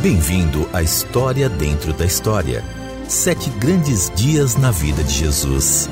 Bem-vindo à História Dentro da História. 7 grandes dias na vida de Jesus.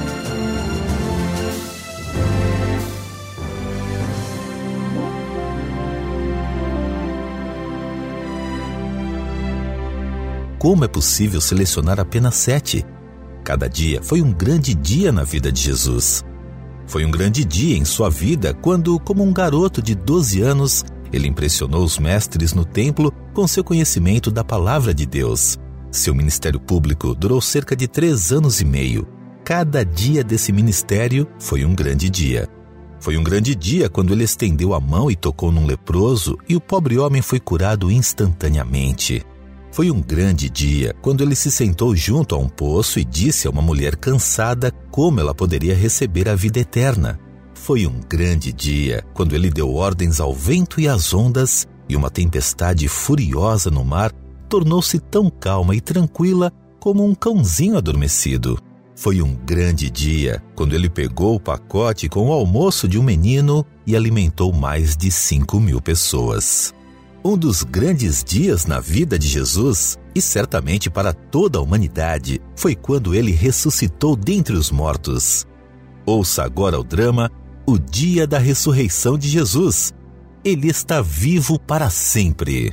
Como é possível selecionar apenas 7? Cada dia foi um grande dia na vida de Jesus. Foi um grande dia em sua vida quando, como um garoto de 12 anos, ele impressionou os mestres no templo com seu conhecimento da palavra de Deus. Seu ministério público durou cerca de 3 anos e meio. Cada dia desse ministério foi um grande dia. Foi um grande dia quando ele estendeu a mão e tocou num leproso e o pobre homem foi curado instantaneamente. Foi um grande dia quando ele se sentou junto a um poço e disse a uma mulher cansada como ela poderia receber a vida eterna. Foi um grande dia quando ele deu ordens ao vento e às ondas e uma tempestade furiosa no mar tornou-se tão calma e tranquila como um cãozinho adormecido. Foi um grande dia quando ele pegou o pacote com o almoço de um menino e alimentou mais de 5.000 pessoas. Um dos grandes dias na vida de Jesus, e certamente para toda a humanidade, foi quando ele ressuscitou dentre os mortos. Ouça agora o drama O Dia da Ressurreição de Jesus. Ele está vivo para sempre.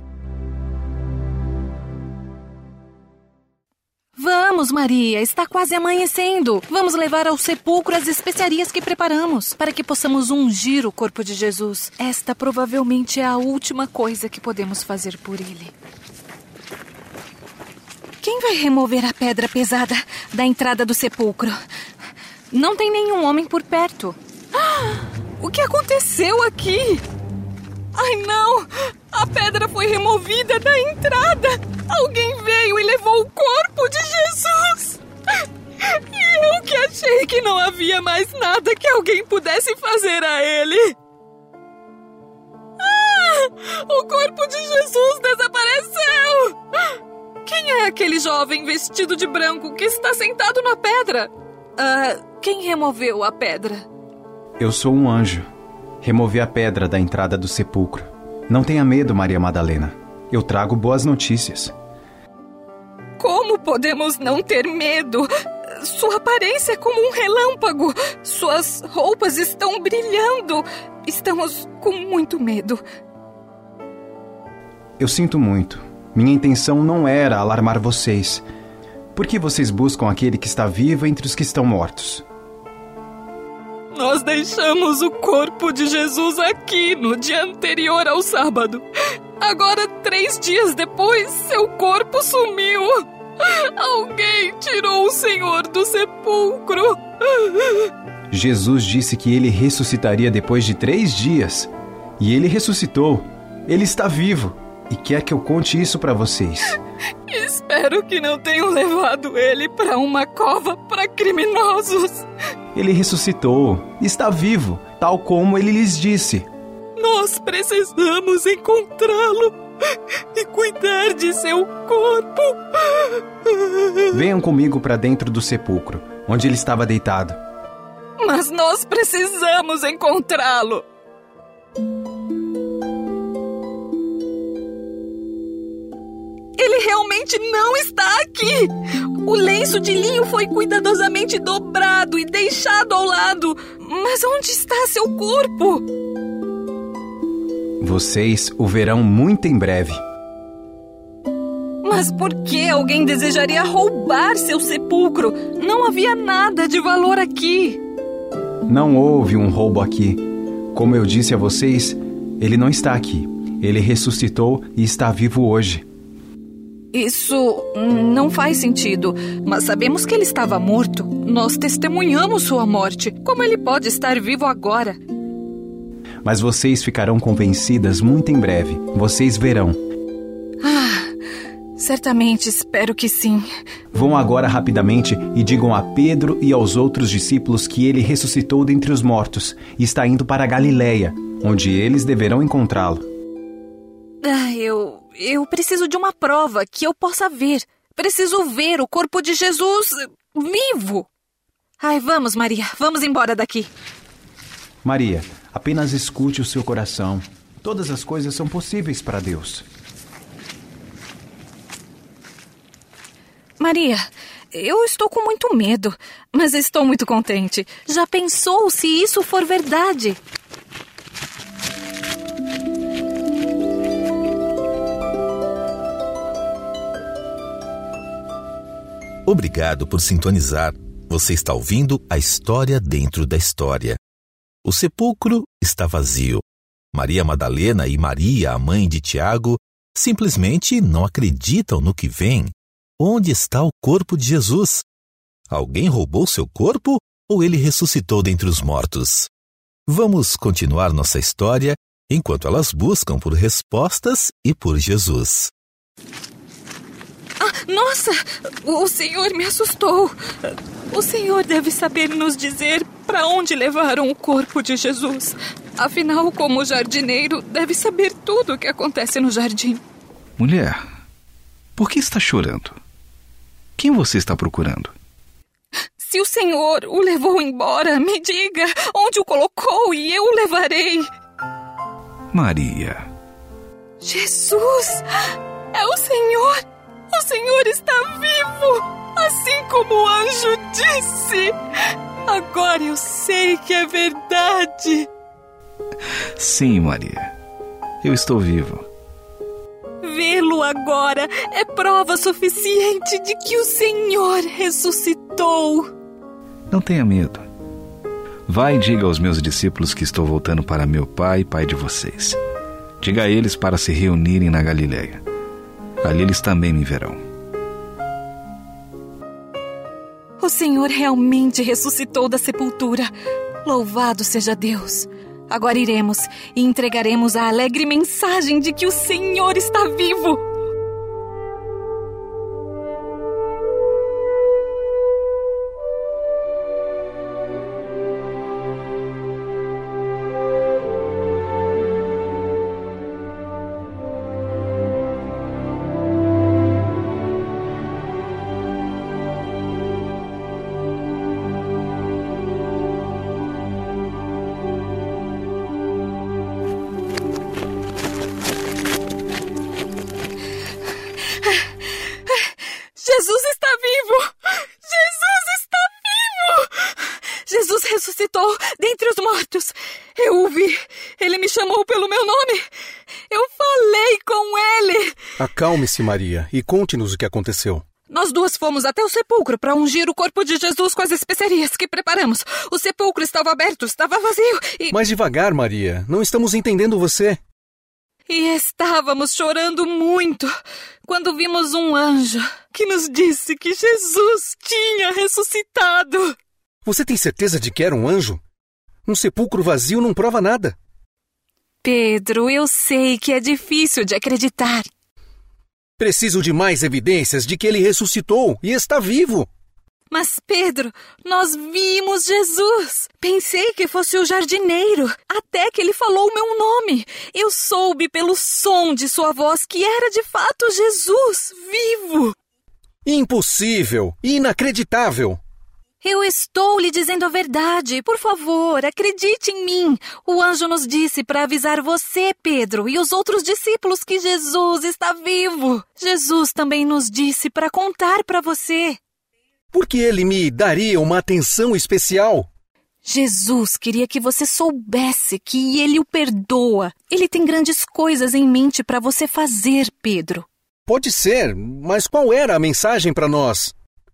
Vamos, Maria, está quase amanhecendo. Vamos levar ao sepulcro as especiarias que preparamos, para que possamos ungir o corpo de Jesus. Esta provavelmente é a última coisa que podemos fazer por ele. Quem vai remover a pedra pesada da entrada do sepulcro? Não tem nenhum homem por perto. O que aconteceu aqui? Ai, não! A pedra foi removida da entrada! Alguém veio e levou o corpo de Jesus! E eu que achei que não havia mais nada que alguém pudesse fazer a ele! O corpo de Jesus desapareceu! Quem é aquele jovem vestido de branco que está sentado na pedra? Quem removeu a pedra? Eu sou um anjo. Removi a pedra da entrada do sepulcro. Não tenha medo, Maria Madalena. Eu trago boas notícias. Como podemos não ter medo? Sua aparência é como um relâmpago. Suas roupas estão brilhando. Estamos com muito medo. Eu sinto muito. Minha intenção não era alarmar vocês. Por que vocês buscam aquele que está vivo entre os que estão mortos? Nós deixamos o corpo de Jesus aqui no dia anterior ao sábado. Agora, 3 dias depois, seu corpo sumiu. Alguém tirou o Senhor do sepulcro. Jesus disse que ele ressuscitaria depois de 3 dias. E ele ressuscitou. Ele está vivo. E quer que eu conte isso para vocês. Espero que não tenham levado ele para uma cova para criminosos. Ele ressuscitou. Está vivo, tal como ele lhes disse. Nós precisamos encontrá-lo e cuidar de seu corpo. Venham comigo para dentro do sepulcro, onde ele estava deitado. Mas nós precisamos encontrá-lo. Ele realmente não está aqui! O lenço de linho foi cuidadosamente dobrado e deixado ao lado. Mas onde está seu corpo? Vocês o verão muito em breve. Mas por que alguém desejaria roubar seu sepulcro? Não havia nada de valor aqui. Não houve um roubo aqui. Como eu disse a vocês, ele não está aqui. Ele ressuscitou e está vivo hoje. Isso não faz sentido, mas sabemos que ele estava morto. Nós testemunhamos sua morte. Como ele pode estar vivo agora? Mas vocês ficarão convencidas muito em breve. Vocês verão. Certamente, espero que sim. Vão agora rapidamente e digam a Pedro e aos outros discípulos que ele ressuscitou dentre os mortos e está indo para a Galileia, onde eles deverão encontrá-lo. Eu preciso de uma prova que eu possa ver. Preciso ver o corpo de Jesus vivo. Vamos, Maria. Vamos embora daqui. Maria, apenas escute o seu coração. Todas as coisas são possíveis para Deus. Maria, eu estou com muito medo, mas estou muito contente. Já pensou se isso for verdade? Obrigado por sintonizar. Você está ouvindo a história dentro da história. O sepulcro está vazio. Maria Madalena e Maria, a mãe de Tiago, simplesmente não acreditam no que vem. Onde está o corpo de Jesus? Alguém roubou seu corpo ou ele ressuscitou dentre os mortos? Vamos continuar nossa história enquanto elas buscam por respostas e por Jesus. Nossa! O Senhor me assustou. O Senhor deve saber nos dizer para onde levaram o corpo de Jesus. Afinal, como jardineiro, deve saber tudo o que acontece no jardim. Mulher, por que está chorando? Quem você está procurando? Se o Senhor o levou embora, me diga onde o colocou e eu o levarei. Maria. Jesus! É o Senhor! O Senhor está vivo! Assim como o anjo disse! Agora eu sei que é verdade! Sim, Maria. Eu estou vivo. Vê-lo agora é prova suficiente de que o Senhor ressuscitou. Não tenha medo. Vá e diga aos meus discípulos que estou voltando para meu Pai e Pai de vocês. Diga a eles para se reunirem na Galileia. Ali eles também me verão. O Senhor realmente ressuscitou da sepultura. Louvado seja Deus. Agora iremos e entregaremos a alegre mensagem de que o Senhor está vivo. Jesus está vivo! Jesus está vivo! Jesus ressuscitou dentre os mortos. Eu o vi. Ele me chamou pelo meu nome. Eu falei com ele. Acalme-se, Maria, e conte-nos o que aconteceu. Nós duas fomos até o sepulcro para ungir o corpo de Jesus com as especiarias que preparamos. O sepulcro estava aberto, estava vazio e... Mais devagar, Maria. Não estamos entendendo você. E estávamos chorando muito quando vimos um anjo que nos disse que Jesus tinha ressuscitado. Você tem certeza de que era um anjo? Um sepulcro vazio não prova nada. Pedro, eu sei que é difícil de acreditar. Preciso de mais evidências de que ele ressuscitou e está vivo. Mas, Pedro, nós vimos Jesus. Pensei que fosse o jardineiro, até que ele falou o meu nome. Eu soube pelo som de sua voz que era de fato Jesus, vivo. Impossível! Inacreditável! Eu estou lhe dizendo a verdade. Por favor, acredite em mim. O anjo nos disse para avisar você, Pedro, e os outros discípulos que Jesus está vivo. Jesus também nos disse para contar para você. Por que ele me daria uma atenção especial? Jesus queria que você soubesse que ele o perdoa. Ele tem grandes coisas em mente para você fazer, Pedro. Pode ser, mas qual era a mensagem para nós?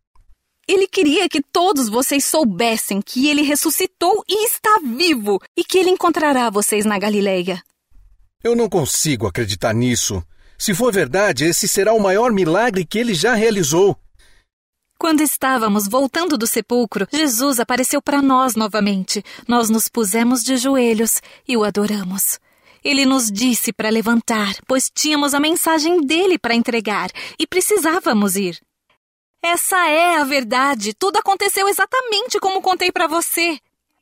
Ele queria que todos vocês soubessem que ele ressuscitou e está vivo, e que ele encontrará vocês na Galileia. Eu não consigo acreditar nisso. Se for verdade, esse será o maior milagre que ele já realizou. Quando estávamos voltando do sepulcro, Jesus apareceu para nós novamente. Nós nos pusemos de joelhos e o adoramos. Ele nos disse para levantar, pois tínhamos a mensagem dele para entregar e precisávamos ir. Essa é a verdade. Tudo aconteceu exatamente como contei para você.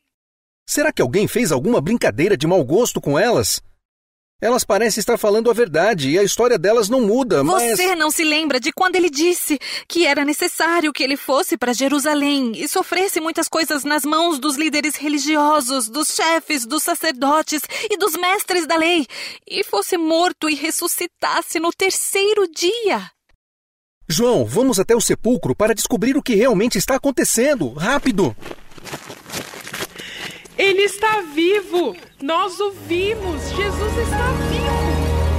Será que alguém fez alguma brincadeira de mau gosto com elas? Elas parecem estar falando a verdade e a história delas não muda, mas... Você não se lembra de quando ele disse que era necessário que ele fosse para Jerusalém e sofresse muitas coisas nas mãos dos líderes religiosos, dos chefes, dos sacerdotes e dos mestres da lei, e fosse morto e ressuscitasse no terceiro dia? João, vamos até o sepulcro para descobrir o que realmente está acontecendo. Rápido! Ele está vivo! Nós o vimos! Jesus está vivo!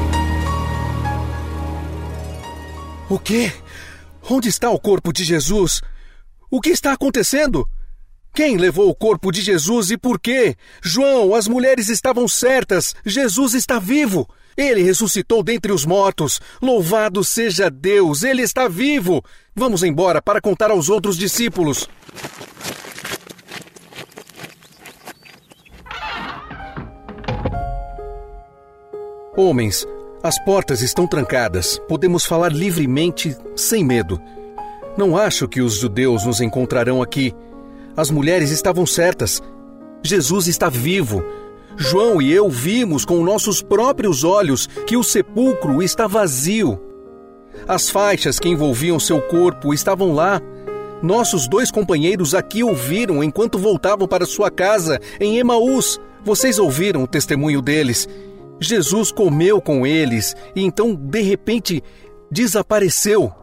O quê? Onde está o corpo de Jesus? O que está acontecendo? Quem levou o corpo de Jesus e por quê? João, as mulheres estavam certas. Jesus está vivo. Ele ressuscitou dentre os mortos. Louvado seja Deus, ele está vivo. Vamos embora para contar aos outros discípulos. Homens, as portas estão trancadas. Podemos falar livremente, sem medo. Não acho que os judeus nos encontrarão aqui. As mulheres estavam certas. Jesus está vivo. João e eu vimos com nossos próprios olhos que o sepulcro está vazio. As faixas que envolviam seu corpo estavam lá. Nossos 2 companheiros aqui ouviram enquanto voltavam para sua casa em Emaús. Vocês ouviram o testemunho deles. Jesus comeu com eles e então, de repente, desapareceu.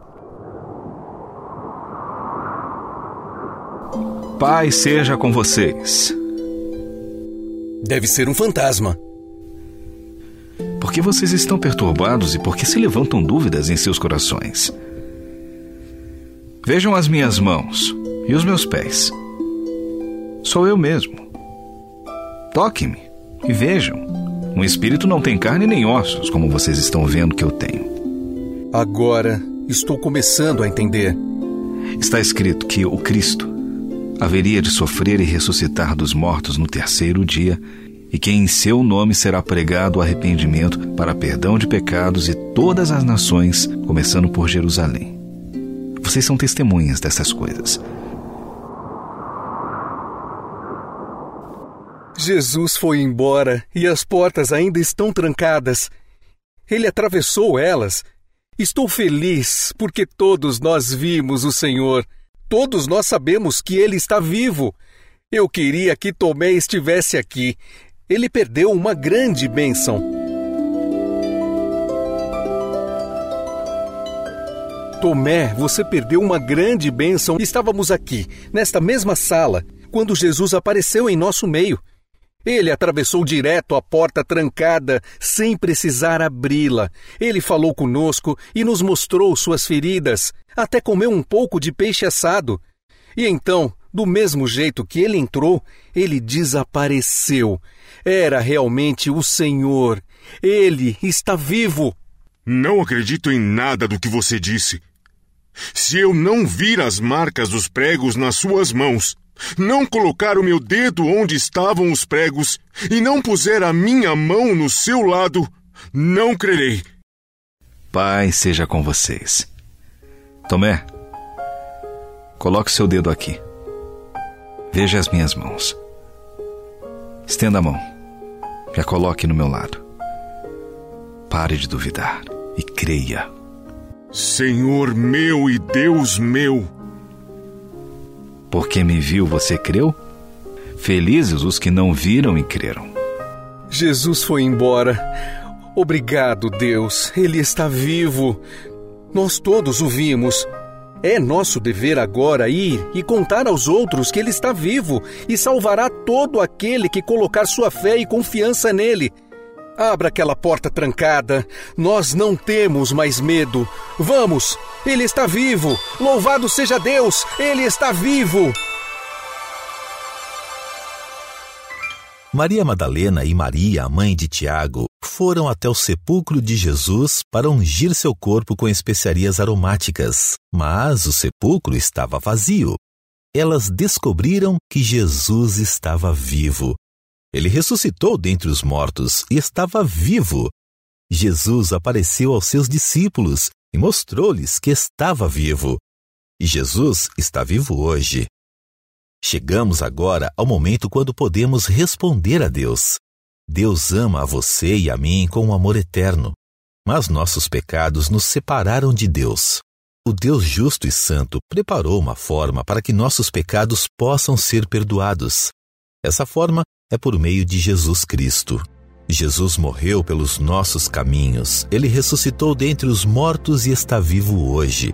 Pai seja com vocês. Deve ser um fantasma. Por que vocês estão perturbados e por que se levantam dúvidas em seus corações? Vejam as minhas mãos e os meus pés. Sou eu mesmo. Toquem-me e vejam. Um espírito não tem carne nem ossos, como vocês estão vendo que eu tenho. Agora estou começando a entender. Está escrito que o Cristo haveria de sofrer e ressuscitar dos mortos no 3º dia, e que em seu nome será pregado o arrependimento para perdão de pecados e todas as nações, começando por Jerusalém. Vocês são testemunhas dessas coisas. Jesus foi embora e as portas ainda estão trancadas. Ele atravessou elas. Estou feliz porque todos nós vimos o Senhor. Todos nós sabemos que Ele está vivo. Eu queria que Tomé estivesse aqui. Ele perdeu uma grande bênção. Tomé, você perdeu uma grande bênção. Estávamos aqui, nesta mesma sala, quando Jesus apareceu em nosso meio. Ele atravessou direto a porta trancada, sem precisar abri-la. Ele falou conosco e nos mostrou suas feridas. Até comeu um pouco de peixe assado. E então, do mesmo jeito que ele entrou, ele desapareceu. Era realmente o Senhor. Ele está vivo. Não acredito em nada do que você disse. Se eu não vir as marcas dos pregos nas suas mãos, não colocar o meu dedo onde estavam os pregos e não puser a minha mão no seu lado, não crerei. Pai seja com vocês. Tomé, coloque seu dedo aqui. Veja as minhas mãos. Estenda a mão e a coloque no meu lado. Pare de duvidar e creia. Senhor meu e Deus meu. Porque me viu, você creu? Felizes os que não viram e creram. Jesus foi embora. Obrigado, Deus. Ele está vivo. Nós todos o vimos. É nosso dever agora ir e contar aos outros que Ele está vivo e salvará todo aquele que colocar sua fé e confiança nele. Abra aquela porta trancada. Nós não temos mais medo. Vamos! Ele está vivo! Louvado seja Deus! Ele está vivo! Maria Madalena e Maria, a mãe de Tiago, foram até o sepulcro de Jesus para ungir seu corpo com especiarias aromáticas, mas o sepulcro estava vazio. Elas descobriram que Jesus estava vivo. Ele ressuscitou dentre os mortos e estava vivo. Jesus apareceu aos seus discípulos e mostrou-lhes que estava vivo. E Jesus está vivo hoje. Chegamos agora ao momento quando podemos responder a Deus. Deus ama a você e a mim com um amor eterno, mas nossos pecados nos separaram de Deus. O Deus justo e santo preparou uma forma para que nossos pecados possam ser perdoados. Essa forma é por meio de Jesus Cristo. Jesus morreu pelos nossos caminhos. Ele ressuscitou dentre os mortos e está vivo hoje.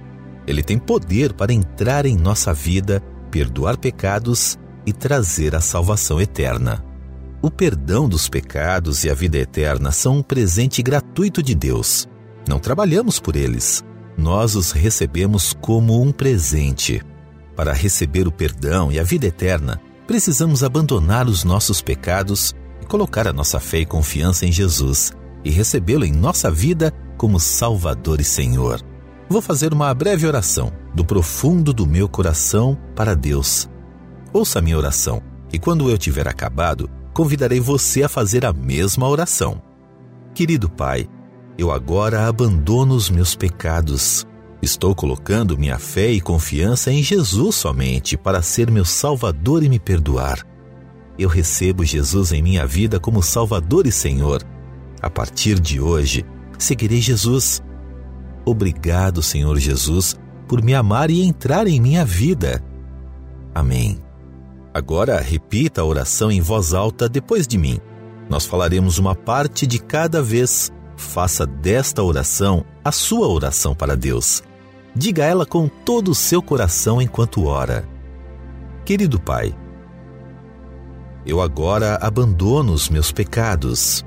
Ele tem poder para entrar em nossa vida, perdoar pecados e trazer a salvação eterna. O perdão dos pecados e a vida eterna são um presente gratuito de Deus. Não trabalhamos por eles. Nós os recebemos como um presente. Para receber o perdão e a vida eterna, precisamos abandonar os nossos pecados e colocar a nossa fé e confiança em Jesus e recebê-lo em nossa vida como Salvador e Senhor. Vou fazer uma breve oração do profundo do meu coração para Deus. Ouça a minha oração e quando eu tiver acabado, convidarei você a fazer a mesma oração. Querido Pai, eu agora abandono os meus pecados. Estou colocando minha fé e confiança em Jesus somente para ser meu Salvador e me perdoar. Eu recebo Jesus em minha vida como Salvador e Senhor. A partir de hoje, seguirei Jesus. Obrigado, Senhor Jesus, por me amar e entrar em minha vida. Amém. Agora repita a oração em voz alta depois de mim. Nós falaremos uma parte de cada vez. Faça desta oração a sua oração para Deus. Diga ela com todo o seu coração enquanto ora. Querido Pai, eu agora abandono os meus pecados.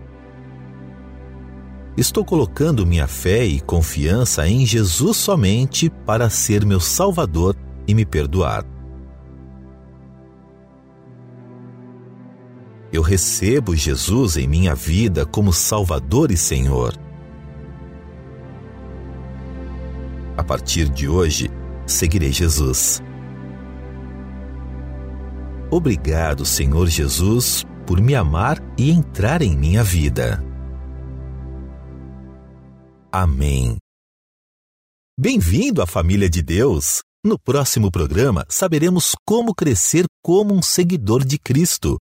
Estou colocando minha fé e confiança em Jesus somente para ser meu Salvador e me perdoar. Eu recebo Jesus em minha vida como Salvador e Senhor. A partir de hoje, seguirei Jesus. Obrigado, Senhor Jesus, por me amar e entrar em minha vida. Amém. Bem-vindo à família de Deus! No próximo programa, saberemos como crescer como um seguidor de Cristo.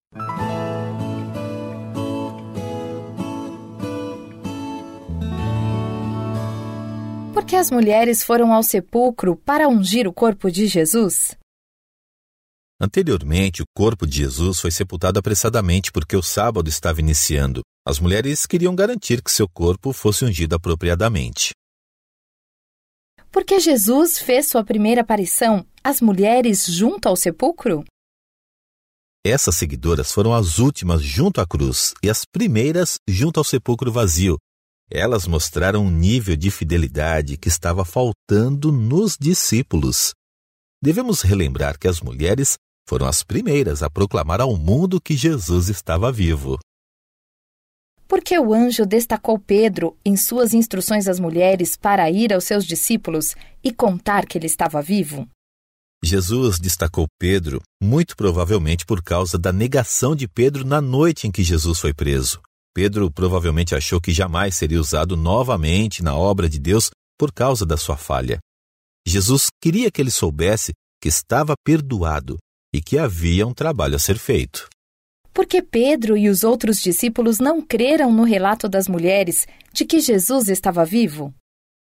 Por que as mulheres foram ao sepulcro para ungir o corpo de Jesus? Anteriormente, o corpo de Jesus foi sepultado apressadamente porque o sábado estava iniciando. As mulheres queriam garantir que seu corpo fosse ungido apropriadamente. Por que Jesus fez sua primeira aparição às mulheres junto ao sepulcro? Essas seguidoras foram as últimas junto à cruz e as primeiras junto ao sepulcro vazio. Elas mostraram um nível de fidelidade que estava faltando nos discípulos. Devemos relembrar que as mulheres foram as primeiras a proclamar ao mundo que Jesus estava vivo. Por que o anjo destacou Pedro em suas instruções às mulheres para ir aos seus discípulos e contar que ele estava vivo? Jesus destacou Pedro, muito provavelmente por causa da negação de Pedro na noite em que Jesus foi preso. Pedro provavelmente achou que jamais seria usado novamente na obra de Deus por causa da sua falha. Jesus queria que ele soubesse que estava perdoado e que havia um trabalho a ser feito. Por que Pedro e os outros discípulos não creram no relato das mulheres de que Jesus estava vivo?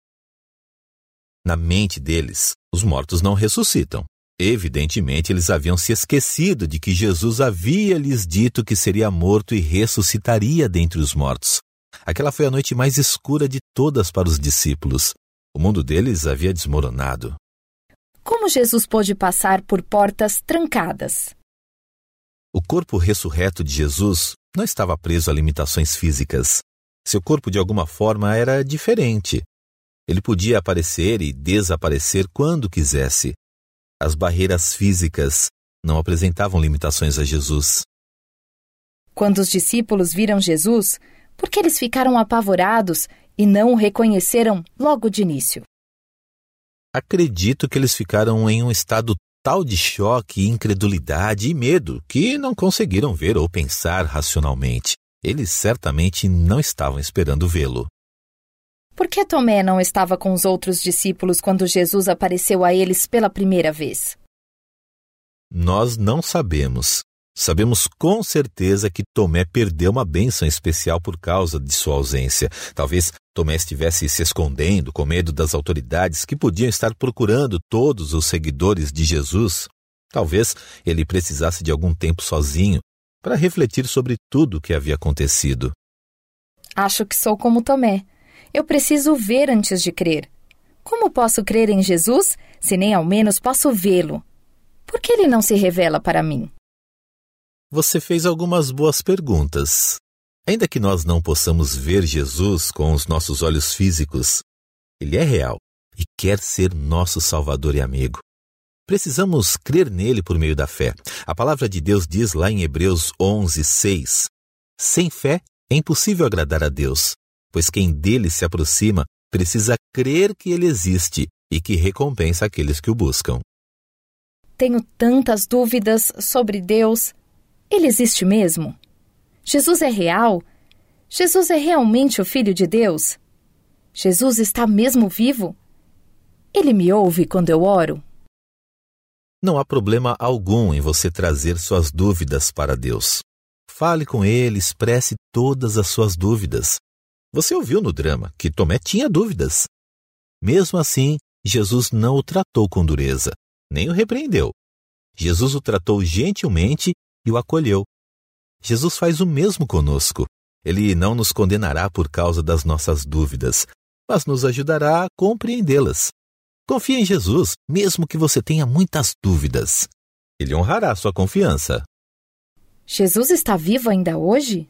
Na mente deles, os mortos não ressuscitam. Evidentemente, eles haviam se esquecido de que Jesus havia lhes dito que seria morto e ressuscitaria dentre os mortos. Aquela foi a noite mais escura de todas para os discípulos. O mundo deles havia desmoronado. Como Jesus pôde passar por portas trancadas? O corpo ressurreto de Jesus não estava preso a limitações físicas. Seu corpo, de alguma forma, era diferente. Ele podia aparecer e desaparecer quando quisesse. As barreiras físicas não apresentavam limitações a Jesus. Quando os discípulos viram Jesus, por que eles ficaram apavorados e não o reconheceram logo de início? Acredito que eles ficaram em um estado tal de choque, incredulidade e medo que não conseguiram ver ou pensar racionalmente. Eles certamente não estavam esperando vê-lo. Por que Tomé não estava com os outros discípulos quando Jesus apareceu a eles pela primeira vez? Nós não sabemos. Sabemos com certeza que Tomé perdeu uma bênção especial por causa de sua ausência. Talvez Tomé estivesse se escondendo com medo das autoridades que podiam estar procurando todos os seguidores de Jesus. Talvez ele precisasse de algum tempo sozinho para refletir sobre tudo o que havia acontecido. Acho que sou como Tomé. Eu preciso ver antes de crer. Como posso crer em Jesus se nem ao menos posso vê-lo? Por que ele não se revela para mim? Você fez algumas boas perguntas. Ainda que nós não possamos ver Jesus com os nossos olhos físicos, ele é real e quer ser nosso Salvador e amigo. Precisamos crer nele por meio da fé. A palavra de Deus diz lá em Hebreus 11:6: sem fé é impossível agradar a Deus, pois quem dele se aproxima precisa crer que ele existe e que recompensa aqueles que o buscam. Tenho tantas dúvidas sobre Deus. Ele existe mesmo? Jesus é real? Jesus é realmente o Filho de Deus? Jesus está mesmo vivo? Ele me ouve quando eu oro? Não há problema algum em você trazer suas dúvidas para Deus. Fale com ele, expresse todas as suas dúvidas. Você ouviu no drama que Tomé tinha dúvidas. Mesmo assim, Jesus não o tratou com dureza, nem o repreendeu. Jesus o tratou gentilmente e o acolheu. Jesus faz o mesmo conosco. Ele não nos condenará por causa das nossas dúvidas, mas nos ajudará a compreendê-las. Confie em Jesus, mesmo que você tenha muitas dúvidas. Ele honrará sua confiança. Jesus está vivo ainda hoje?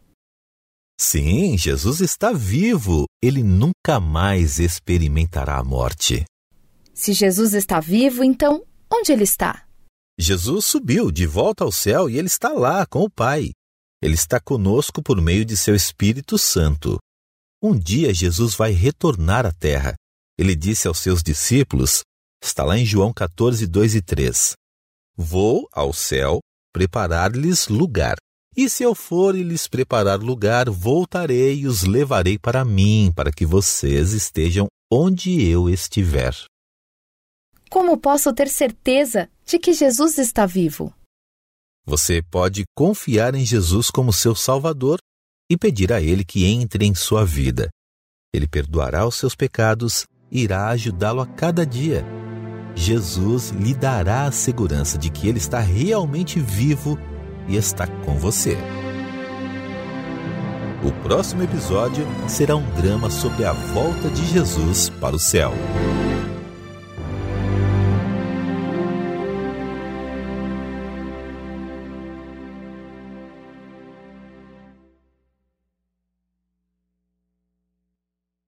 Sim, Jesus está vivo. Ele nunca mais experimentará a morte. Se Jesus está vivo, então onde ele está? Jesus subiu de volta ao céu e ele está lá com o Pai. Ele está conosco por meio de seu Espírito Santo. Um dia Jesus vai retornar à terra. Ele disse aos seus discípulos, está lá em João 14:2 e 3. Vou ao céu preparar-lhes lugar. E se eu for e lhes preparar lugar, voltarei e os levarei para mim, para que vocês estejam onde eu estiver. Como posso ter certeza de que Jesus está vivo? Você pode confiar em Jesus como seu Salvador e pedir a Ele que entre em sua vida. Ele perdoará os seus pecados e irá ajudá-lo a cada dia. Jesus lhe dará a segurança de que Ele está realmente vivo e está com você. O próximo episódio será um drama sobre a volta de Jesus para o céu.